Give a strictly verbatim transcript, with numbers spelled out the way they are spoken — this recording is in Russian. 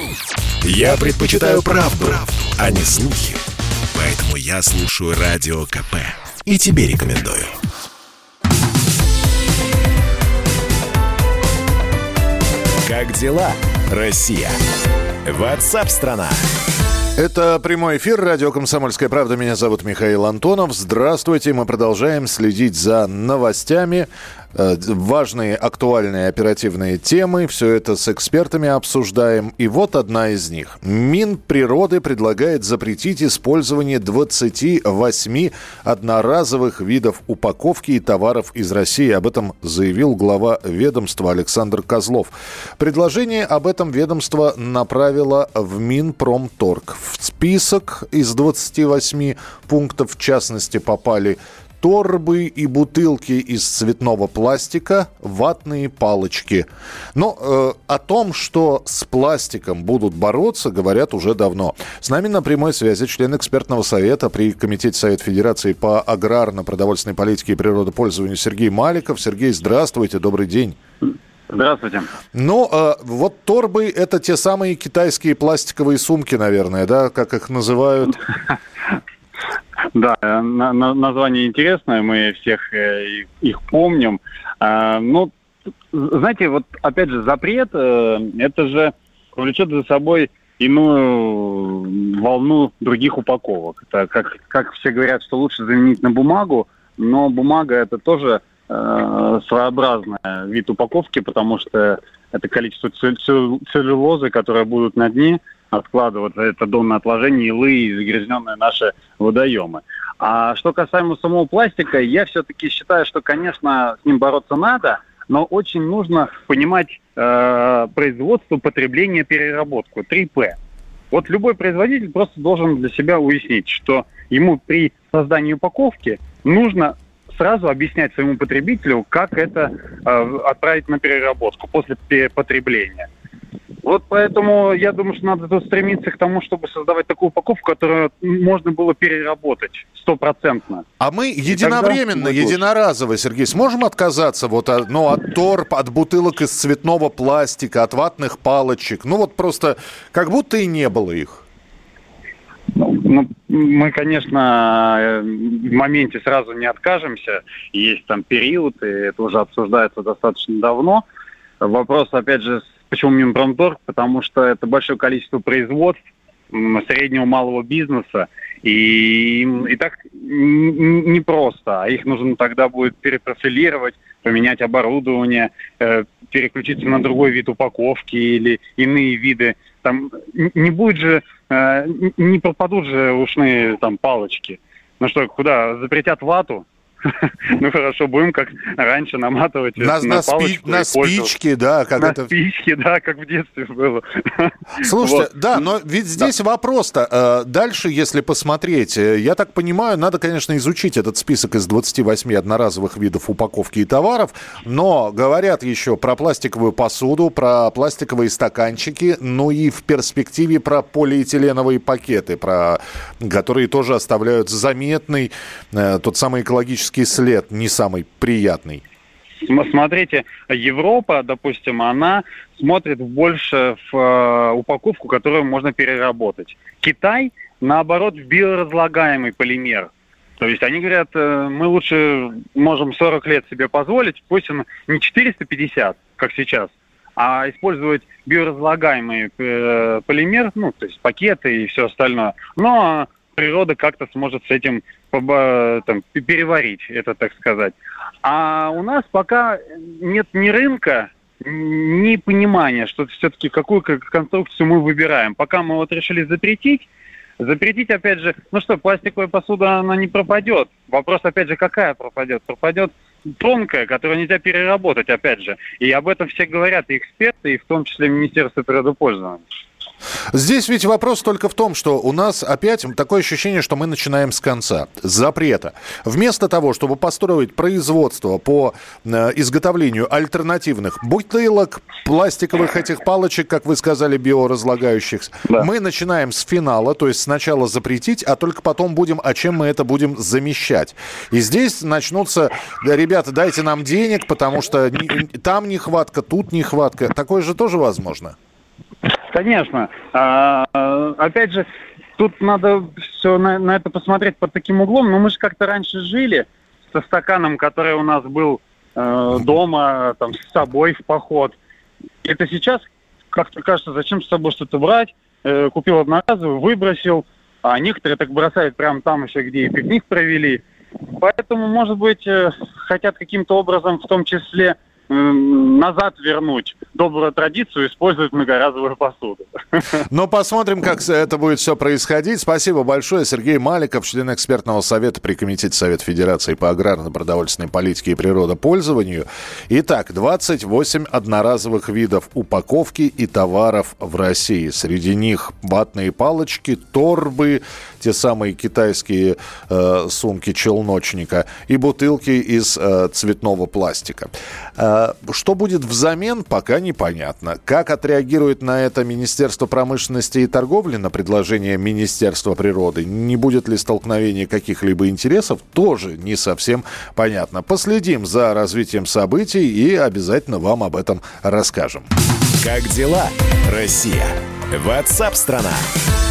Я предпочитаю правду, правду, а не слухи. Поэтому я слушаю Радио КП. И тебе рекомендую. Как дела, Россия? Ватсап-страна! Это прямой эфир, радио «Комсомольская правда». Меня зовут Михаил Антонов. Здравствуйте. Мы продолжаем следить за новостями. Важные, актуальные, оперативные темы. Все это с экспертами обсуждаем. И вот одна из них. Минприроды предлагает запретить использование двадцати восьми одноразовых видов упаковки и товаров из России. Об этом заявил глава ведомства Александр Козлов. Предложение об этом ведомство направило в Минпромторг. В список из двадцати восьми пунктов, в частности, попали торбы и бутылки из цветного пластика, ватные палочки. Но э, о том, что с пластиком будут бороться, говорят уже давно. С нами на прямой связи член экспертного совета при Комитете Совета Федерации по аграрно-продовольственной политике и природопользованию Сергей Маликов. Сергей, здравствуйте, добрый день. Здравствуйте. Ну, э, вот торбы – это те самые китайские пластиковые сумки, наверное, да, как их называют? Да, на, на, название интересное, мы всех э, их помним. А, ну, знаете, вот опять же, запрет, э, это же повлечет за собой иную волну других упаковок. Это как, как все говорят, что лучше заменить на бумагу, но бумага это тоже э, своеобразный вид упаковки, потому что это количество целлюлозы, которые будут на дне, откладываться, это донное отложение, илы и загрязненные наши водоемы. А что касаемо самого пластика, я все-таки считаю, что, конечно, с ним бороться надо, но очень нужно понимать э, производство, потребление, переработку, три пэ. Вот любой производитель просто должен для себя уяснить, что ему при создании упаковки нужно сразу объяснять своему потребителю, как это э, отправить на переработку после потребления. Вот поэтому я думаю, что надо тут стремиться к тому, чтобы создавать такую упаковку, которую можно было переработать стопроцентно. А мы единовременно, единоразово, Сергей, сможем отказаться вот от, ну, от торб, от бутылок из цветного пластика, от ватных палочек? Ну вот просто как будто и не было их. Ну, ну, мы, конечно, в моменте сразу не откажемся. Есть там период, и это уже обсуждается достаточно давно. Вопрос, опять же, почему Минпромторг? Потому что это большое количество производств среднего малого бизнеса, и им и так непросто, а их нужно тогда будет перепрофилировать, поменять оборудование, э, переключиться на другой вид упаковки или иные виды. Там не будет же, э, не пропадут же ушные там палочки. Ну что, куда? Запретят вату? Ну хорошо, будем как раньше наматывать на, на, спи- на спички, да, как на это... спички, да, как в детстве было. Слушайте, вот. Да, но ведь здесь да. вопрос-то. Дальше, если посмотреть, я так понимаю, надо, конечно, изучить этот список из двадцати восьми одноразовых видов упаковки и товаров, но говорят еще про пластиковую посуду, про пластиковые стаканчики, ну и в перспективе про полиэтиленовые пакеты, про... которые тоже оставляют заметный э, тот самый экологический след, не самый приятный. Смотрите, Европа, допустим, она смотрит больше в э, упаковку, которую можно переработать. Китай, наоборот, в биоразлагаемый полимер. То есть они говорят, э, мы лучше можем сорок лет себе позволить, пусть он не четыреста пятьдесят, как сейчас, а использовать биоразлагаемый э, полимер, ну, то есть пакеты и все остальное. Но природа как-то сможет с этим там, переварить, это так сказать. А у нас пока нет ни рынка, ни понимания, что все-таки какую конструкцию мы выбираем. Пока мы вот решили запретить, запретить, опять же, ну что, пластиковая посуда, она не пропадет. Вопрос, опять же, какая пропадет? Пропадет тонкая, которую нельзя переработать, опять же. И об этом все говорят, и эксперты, и в том числе Министерство природопользования. Здесь ведь вопрос только в том, что у нас опять такое ощущение, что мы начинаем с конца, с запрета. Вместо того, чтобы построить производство по э, изготовлению альтернативных бутылок, пластиковых этих палочек, как вы сказали, биоразлагающихся, да. мы начинаем с финала, то есть сначала запретить, а только потом будем, а чем мы это будем замещать. И здесь начнутся, да, ребята, дайте нам денег, потому что там нехватка, тут нехватка. Такое же тоже возможно? Конечно. А, опять же, тут надо все на, на это посмотреть под таким углом. Но мы же как-то раньше жили со стаканом, который у нас был э, дома, там, с собой в поход. Это сейчас как-то кажется, зачем с собой что-то брать. Э, купил одноразовый, выбросил. А некоторые так бросают прямо там еще, где и пикник провели. Поэтому, может быть, э, хотят каким-то образом в том числе назад вернуть добрую традицию, использовать многоразовую посуду. Но посмотрим, как это будет все происходить. Спасибо большое. Сергей Маликов, член экспертного совета при Комитете Совета Федерации по аграрно-продовольственной политике и природопользованию. Итак, двадцать восемь одноразовых видов упаковки и товаров в России. Среди них ватные палочки, торбы, те самые китайские э, сумки челночника и бутылки из э, цветного пластика. Э, что будет взамен, пока непонятно. Как отреагирует на это Министерство промышленности и торговли на предложение Министерства природы? Не будет ли столкновения каких-либо интересов? Тоже не совсем понятно. Последим за развитием событий и обязательно вам об этом расскажем. Как дела, Россия? WhatsApp-страна.